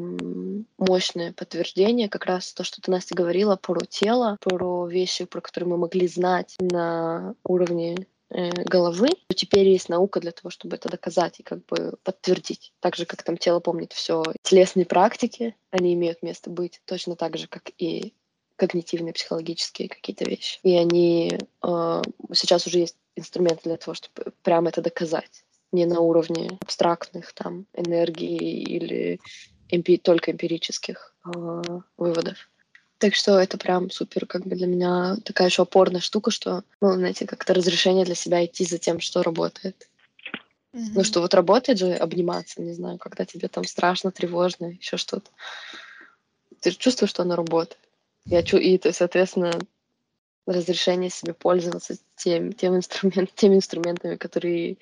м, мощное подтверждение, как раз то, что ты, Настя, говорила про тело, про вещи, про которые мы могли знать на уровне э, головы. Но теперь есть наука для того, чтобы это доказать и как бы подтвердить. Так же, как там тело помнит все. Телесные практики, они имеют место быть точно так же, как и когнитивные, психологические какие-то вещи. И они э, сейчас уже есть инструменты для того, чтобы прямо это доказать. Не на уровне абстрактных там энергий или эмпи- только эмпирических э, выводов. Так что это прям супер, как бы для меня такая еще опорная штука, что, ну, знаете, как-то разрешение для себя идти за тем, что работает. Ну, Мгм. что вот работает же обниматься, не знаю, когда тебе там страшно, тревожно, еще что-то. Ты же чувствуешь, что оно работает. Я чу- и, то есть, соответственно, разрешение себе пользоваться тем, тем инструмент, теми инструментами, которые,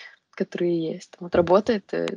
которые есть. Вот работает э,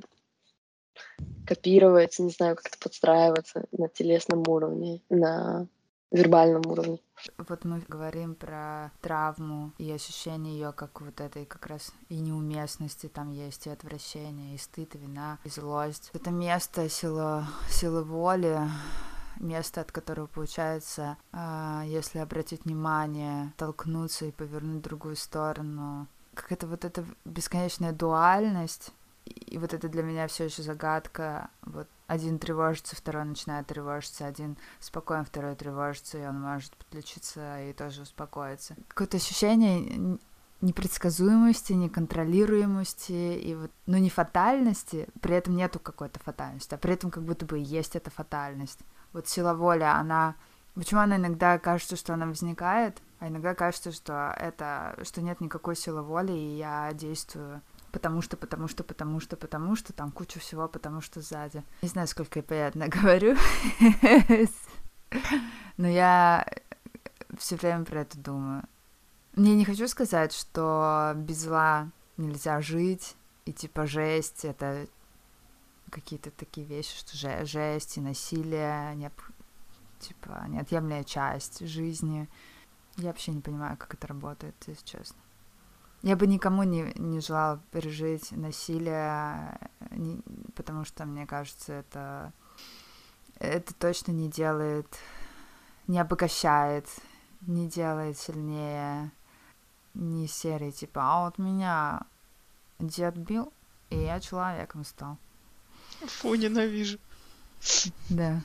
копировать, не знаю, как-то подстраиваться на телесном уровне, на вербальном уровне. Вот мы говорим про травму и ощущение ее как вот этой как раз и неуместности, там есть и отвращение, и стыд, и вина, и злость. Это место силы, силы воли, место, от которого получается, если обратить внимание, толкнуться и повернуть в другую сторону. Какая-то вот эта бесконечная дуальность, И вот это для меня все еще загадка. Вот один тревожится, второй начинает тревожиться, один спокоен, второй тревожится, и он может подключиться и тоже успокоиться. Какое-то ощущение непредсказуемости, неконтролируемости, и вот, ну, не фатальности, при этом нету какой-то фатальности, а при этом как будто бы есть эта фатальность. Вот сила воли, она... Почему она иногда кажется, что она возникает, а иногда кажется, что это... что нет никакой силы воли, и я действую потому что, потому что, потому что, потому что, там куча всего, потому что сзади. Не знаю, сколько я понятно говорю, но я все время про это думаю. Мне не хочу сказать, что без зла нельзя жить, и типа жесть — это какие-то такие вещи, что же, жесть и насилие, не, типа, неотъемлемая часть жизни. Я вообще не понимаю, как это работает, если честно. Я бы никому не, не желала пережить насилие, не, потому что, мне кажется, это, это точно не делает, не обогащает, не делает сильнее, не серый, типа, а вот меня дед бил, и я человеком стал. Фу, ненавижу. Да.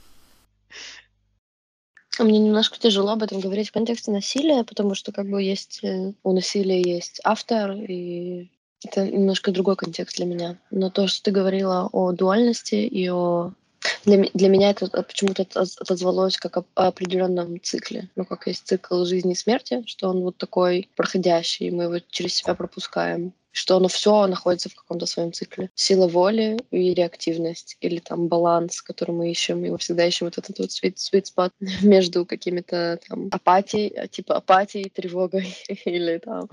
Мне немножко тяжело об этом говорить в контексте насилия, потому что как бы есть у насилия есть автор, и это немножко другой контекст для меня. Но то, что ты говорила о дуальности и о... Для, для меня это почему-то отозвалось как о, о определенном цикле. Ну, как есть цикл жизни и смерти, что он вот такой проходящий, мы его через себя пропускаем. Что оно все находится в каком-то своем цикле. Сила воли и реактивность, или там баланс, который мы ищем, и мы всегда ищем вот этот вот sweet, sweet spot между какими-то там апатией, типа апатией, тревогой, или там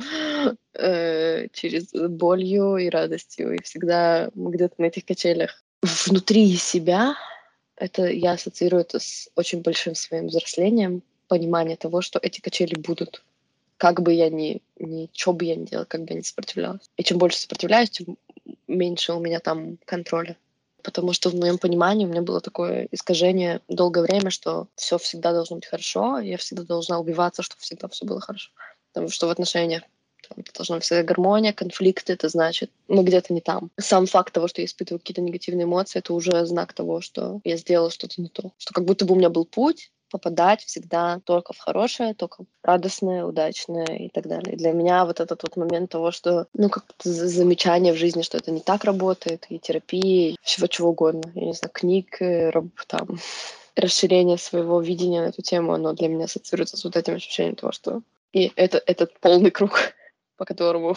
э, через болью и радостью. И всегда мы где-то на этих качелях. Внутри себя это я ассоциирую это с очень большим своим взрослением, понимание того, что эти качели будут. Как бы я ни, ни что бы я ни делала, как бы я ни сопротивлялась. И чем больше сопротивляюсь, тем меньше у меня там контроля. Потому что в моем понимании у меня было такое искажение долгое время, что все всегда должно быть хорошо, и я всегда должна убиваться, чтобы всегда все было хорошо. Потому что в отношениях там должна быть всегда гармония, конфликты, это значит, мы где-то не там. Сам факт того, что я испытываю какие-то негативные эмоции, это уже знак того, что я сделала что-то не то. Что как будто бы у меня был путь попадать всегда только в хорошее, только в радостное, удачное и так далее. И для меня вот этот вот момент того, что, ну, как-то замечание в жизни, что это не так работает, и терапии, и всего чего угодно. Я не знаю, книг, там, расширение своего видения на эту тему, оно для меня ассоциируется с вот этим ощущением того, что и это этот полный круг, по которому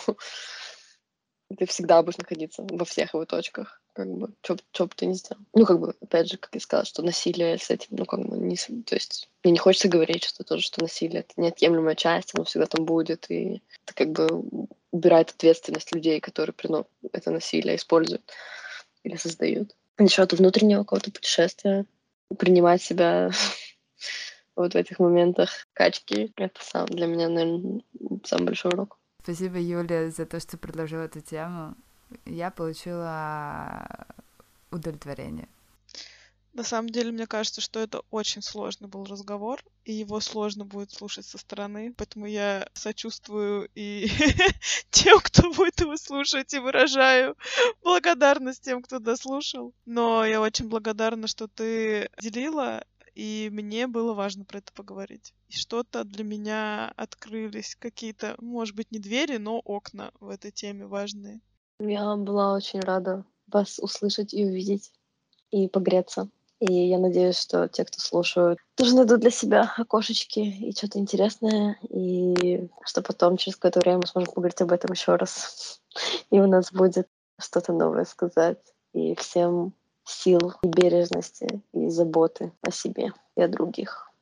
ты всегда будешь находиться во всех его точках, как бы, что бы ты ни сделал. Ну, как бы, опять же, как я сказала, что насилие с этим, ну, как бы, не... То есть мне не хочется говорить, что тоже, что насилие — это неотъемлемая часть, оно всегда там будет, и это как бы убирает ответственность людей, которые приносят это насилие, используют или создают. Насчет внутреннего какого-то путешествия, принимать себя вот в этих моментах качки, это сам для меня, наверное, самый большой урок. Спасибо, Юля, за то, что предложила эту тему. Я получила удовлетворение. На самом деле, мне кажется, что это очень сложный был разговор, и его сложно будет слушать со стороны, поэтому я сочувствую и тем, кто будет его слушать, и выражаю благодарность тем, кто дослушал. Но я очень благодарна, что ты делила, и мне было важно про это поговорить. И что-то для меня открылись, какие-то, может быть, не двери, но окна в этой теме важные. Я была очень рада вас услышать и увидеть, и погреться. И я надеюсь, что те, кто слушают, тоже найдут для себя окошечки и что-то интересное, и что потом через какое-то время мы сможем поговорить об этом еще раз. И у нас будет что-то новое сказать. И всем сил, и бережности, и заботы о себе и о других.